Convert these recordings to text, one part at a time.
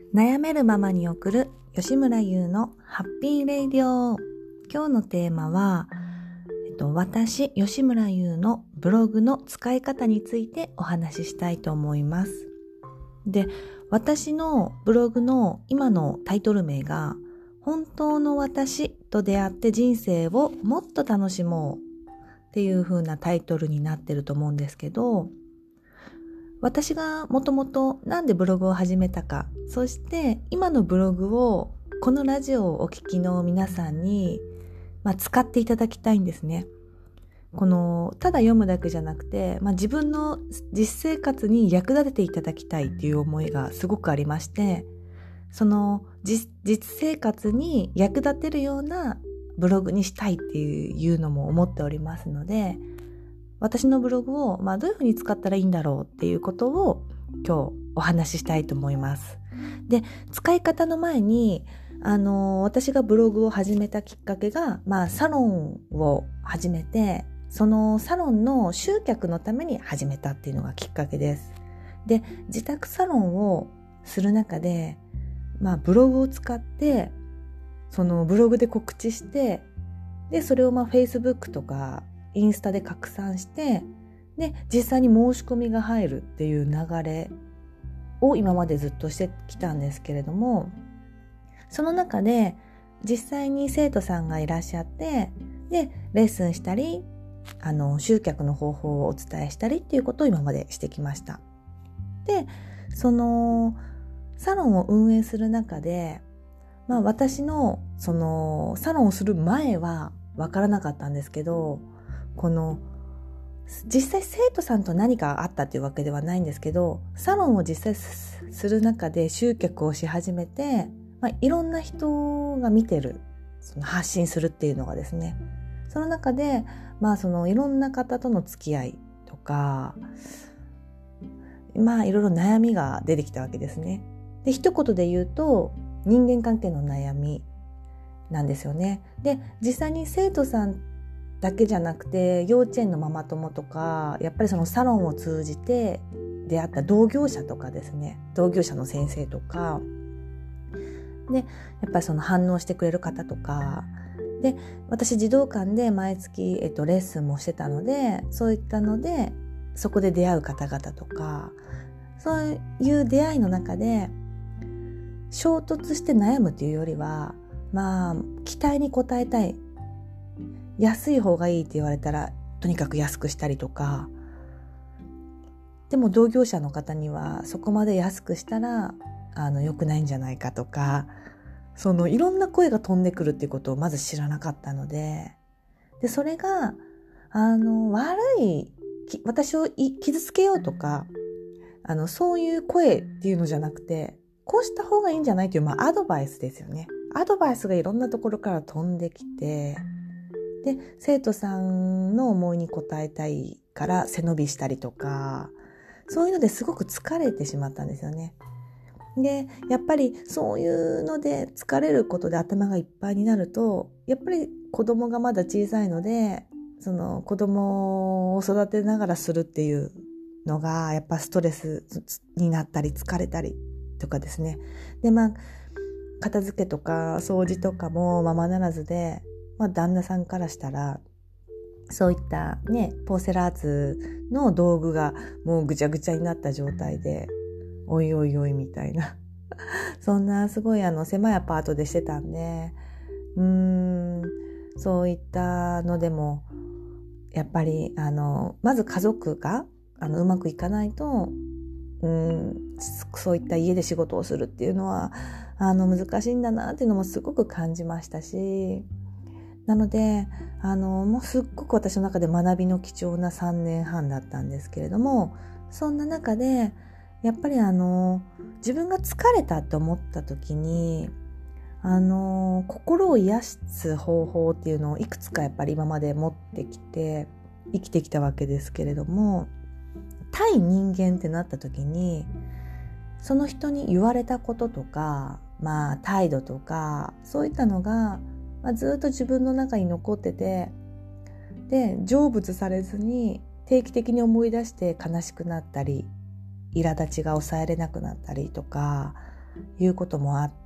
悩めるままに送る吉村優のハッピーレイディオ。今日のテーマは、私吉村優のブログの使い方についてお話ししたいと思います。で、私のブログの今のタイトル名が本当の私と出会って人生をもっと楽しもうっていう風なタイトルになってると思うんですけど、私がもともとなんでブログを始めたか、そして今のブログをこのラジオをお聞きの皆さんに、使っていただきたいんですね。ただ読むだけじゃなくて、自分の実生活に役立てていただきたいっていう思いがすごくありまして、その実生活に役立てるようなブログにしたいっていうのも思っておりますので、私のブログをどういうふうに使ったらいいんだろうっていうことを今日お話ししたいと思います。で、使い方の前に私がブログを始めたきっかけが、サロンを始めて、そのサロンの集客のために始めたっていうのがきっかけです。で、自宅サロンをする中で、ブログを使ってそのブログで告知して、でそれをFacebook とかインスタで拡散して、で実際に申し込みが入るっていう流れを今までずっとしてきたんですけれども、その中で実際に生徒さんがいらっしゃって、でレッスンしたり集客の方法をお伝えしたりっていうことを今までしてきました。でそのサロンを運営する中で、私のそのサロンをする前は分からなかったんですけど、実際生徒さんと何かあったっていうわけではないんですけど、サロンを実際する中で集客をし始めて、いろんな人が見てる、その発信するっていうのがですね、その中でそのいろんな方との付き合いとか、いろいろ悩みが出てきたわけですね。で、一言で言うと人間関係の悩みなんですよね。で、実際に生徒さんだけじゃなくて、幼稚園のママ友とか、やっぱりそのサロンを通じて出会った同業者とかですね、同業者の先生とかで、やっぱりその反応してくれる方とかで、私児童館で毎月、レッスンもしてたので、そういったのでそこで出会う方々とか、そういう出会いの中で衝突して悩むというよりは、期待に応えたい、安い方がいいって言われたらとにかく安くしたりとか、でも同業者の方にはそこまで安くしたら良くないんじゃないかとか、いろんな声が飛んでくるっていうことをまず知らなかったので、それが私を傷つけようとか、そういう声っていうのじゃなくて、こうした方がいいんじゃないという、アドバイスですよね。アドバイスがいろんなところから飛んできて、で生徒さんの思いに応えたいから背伸びしたりとか、そういうのですごく疲れてしまったんですよね。でやっぱりそういうので疲れることで頭がいっぱいになると、やっぱり子供がまだ小さいので、その子供を育てながらするっていうのがやっぱストレスになったり疲れたりとかですね。で片付けとか掃除とかもままならずで、旦那さんからしたらそういったポーセラーツの道具がもうぐちゃぐちゃになった状態で、おいおいおいみたいなそんなすごい狭いアパートでしてたんで、そういったのでもやっぱりまず家族がうまくいかないと、そういった家で仕事をするっていうのは難しいんだなっていうのもすごく感じましたし、なのでもうすっごく私の中で学びの貴重な3年半だったんですけれども、そんな中でやっぱり自分が疲れたと思った時に心を癒す方法っていうのをいくつかやっぱり今まで持ってきて生きてきたわけですけれども、対人間ってなった時に、その人に言われたこととか、態度とかそういったのがずっと自分の中に残ってて、で成仏されずに定期的に思い出して悲しくなったり、苛立ちが抑えれなくなったりとか、 いうこともあって、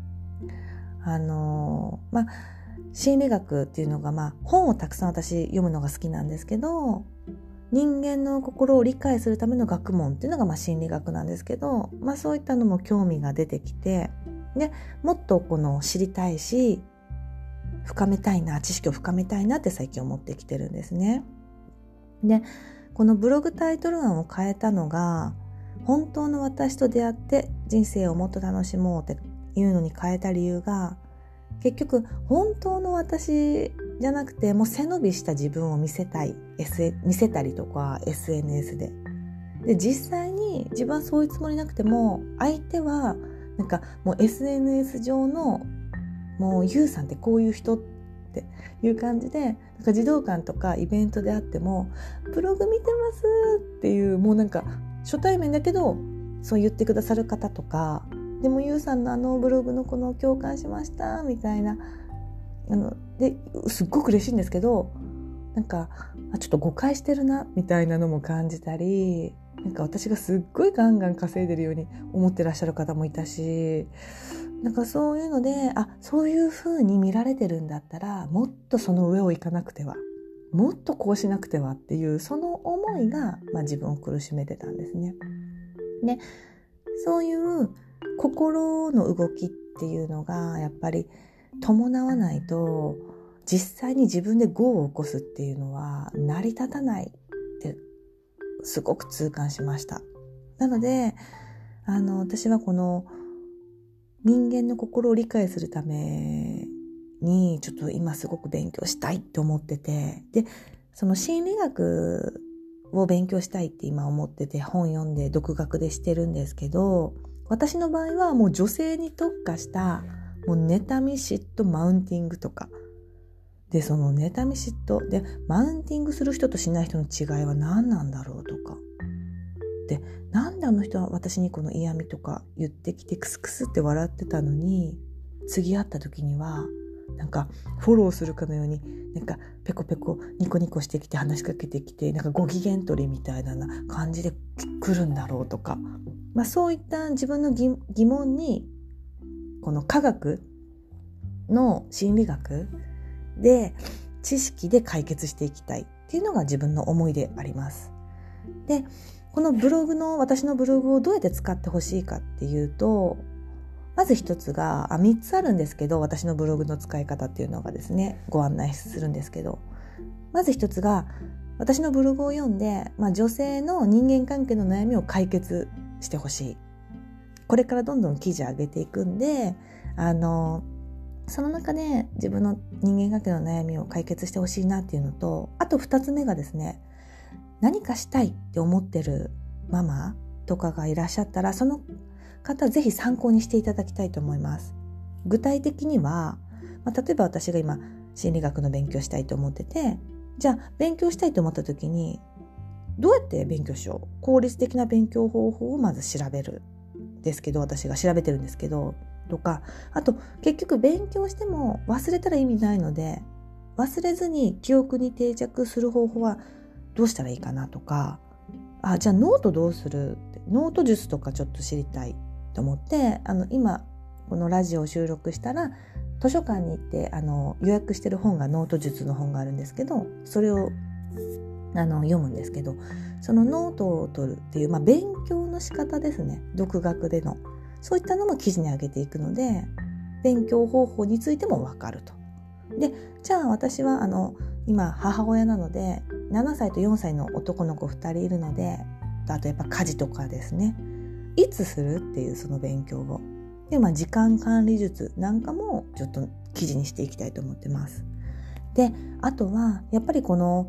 心理学っていうのが、本をたくさん私読むのが好きなんですけど、人間の心を理解するための学問っていうのが心理学なんですけど、そういったのも興味が出てきて、でもっと知りたいし深めたいな、知識を深めたいなって最近思ってきてるんですね。でこのブログタイトル案を変えたのが、本当の私と出会って人生をもっと楽しもうっていうのに変えた理由が、結局本当の私じゃなくて、もう背伸びした自分を見せたりとか SNS で実際に自分はそういうつもりなくても、相手はもう SNS 上のもうゆうさんってこういう人っていう感じで、児童館とかイベントであってもブログ見てますっていう、もう初対面だけどそう言ってくださる方とか、でもゆうさんのブログのこの共感しましたみたいな、ですっごく嬉しいんですけど、ちょっと誤解してるなみたいなのも感じたり、私がすっごいガンガン稼いでるように思ってらっしゃる方もいたし、そういうので、そういう風に見られてるんだったら、もっとその上を行かなくては、もっとこうしなくてはっていう、その思いが、自分を苦しめてたんですね。で、そういう心の動きっていうのがやっぱり伴わないと、実際に自分で業を起こすっていうのは成り立たないってすごく痛感しました。なので私はこの人間の心を理解するためにちょっと今すごく勉強したいって思ってて、でその心理学を勉強したいって今思ってて、本読んで独学でしてるんですけど、私の場合はもう女性に特化したもう妬み嫉妬マウンティングとかで、その妬み嫉妬でマウンティングする人としない人の違いは何なんだろうとか、でなんであの人は私にこの嫌味とか言ってきてクスクスって笑ってたのに、次会った時にはフォローするかのようにペコペコニコニコしてきて話しかけてきて、ご機嫌取りみたいな感じで来るんだろうとか、そういった自分の疑問にこの科学の心理学で知識で解決していきたいっていうのが自分の思いであります。でこの私のブログをどうやって使ってほしいかっていうと、まず一つが3つあるんですけど、私のブログの使い方っていうのがですね、ご案内するんですけど、まず一つが私のブログを読んで、女性の人間関係の悩みを解決してほしい。これからどんどん記事上げていくんで、その中で自分の人間関係の悩みを解決してほしいなっていうのと、あと2つ目がですね、何かしたいって思ってるママとかがいらっしゃったら、その方ぜひ参考にしていただきたいと思います。具体的には、例えば私が今心理学の勉強したいと思ってて、じゃあ勉強したいと思った時にどうやって勉強しよう、効率的な勉強方法をまず調べるんですけど、私が調べてるんですけどとか、あと結局勉強しても忘れたら意味ないので、忘れずに記憶に定着する方法はどうしたらいいかなとか、じゃあノートどうするって、ノート術とかちょっと知りたいと思って、今このラジオを収録したら図書館に行って予約してる本がノート術の本があるんですけど、それを読むんですけど、そのノートを取るっていう、勉強の仕方ですね、独学でのそういったのも記事に上げていくので、勉強方法についても分かると。でじゃあ私は今母親なので7歳と4歳の男の子2人いるので、あとやっぱ家事とかですね、いつするっていうその勉強をで、時間管理術なんかもちょっと記事にしていきたいと思ってます。であとはやっぱりこの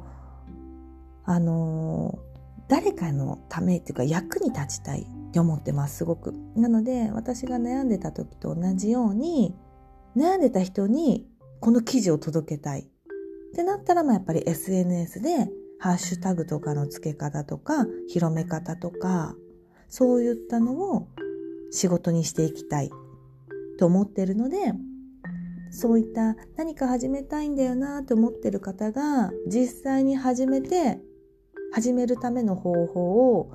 誰かのためっていうか役に立ちたいって思ってます、すごく。なので私が悩んでた時と同じように、悩んでた人にこの記事を届けたいってなったら、やっぱり SNS でハッシュタグとかの付け方とか広め方とか、そういったのを仕事にしていきたいと思ってるので、そういった何か始めたいんだよなと思ってる方が実際に始めるための方法を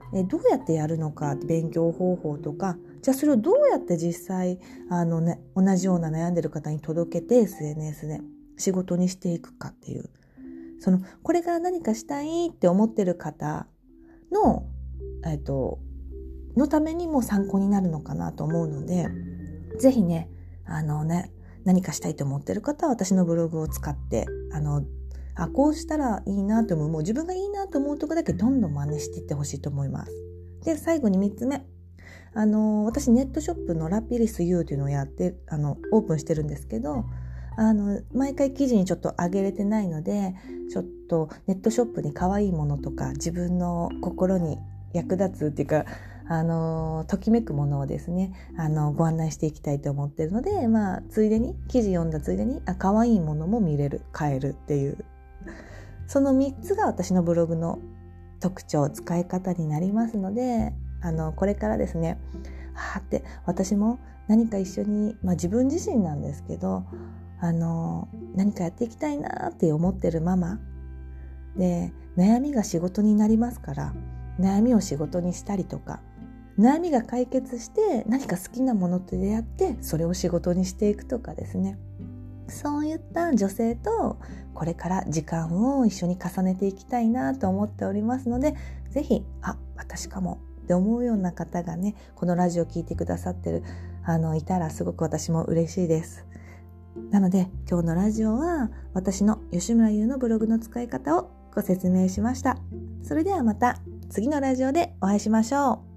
どうやってやるのか、勉強方法とか、じゃあそれをどうやって実際同じような悩んでる方に届けて SNS で仕事にしていくかっていう、これから何かしたいって思ってる方ののためにも参考になるのかなと思うので、ぜひね、何かしたいと思ってる方は私のブログを使ってこうしたらいいなと思う、もう自分がいいなと思うところだけどんどん真似していってほしいと思います。で、最後に3つ目、私ネットショップのラピリス U というのをやってオープンしてるんですけど、毎回記事にちょっと上げれてないので、ちょっとネットショップに可愛いものとか自分の心に役立つっていうかときめくものをですねご案内していきたいと思ってるので、ついでに記事読んだついでに可愛いものも見れる、買えるっていう、その3つが私のブログの特徴、使い方になりますので、これからですねって私も何か一緒に、自分自身なんですけど何かやっていきたいなって思ってるママで、悩みが仕事になりますから、悩みを仕事にしたりとか、悩みが解決して何か好きなものと出会ってそれを仕事にしていくとかですね、そういった女性とこれから時間を一緒に重ねていきたいなと思っておりますので、ぜひ私かもって思うような方がね、このラジオ聞いてくださってるいたらすごく私も嬉しいです。なので今日のラジオは私の吉村優のブログの使い方をご説明しました。それではまた次のラジオでお会いしましょう。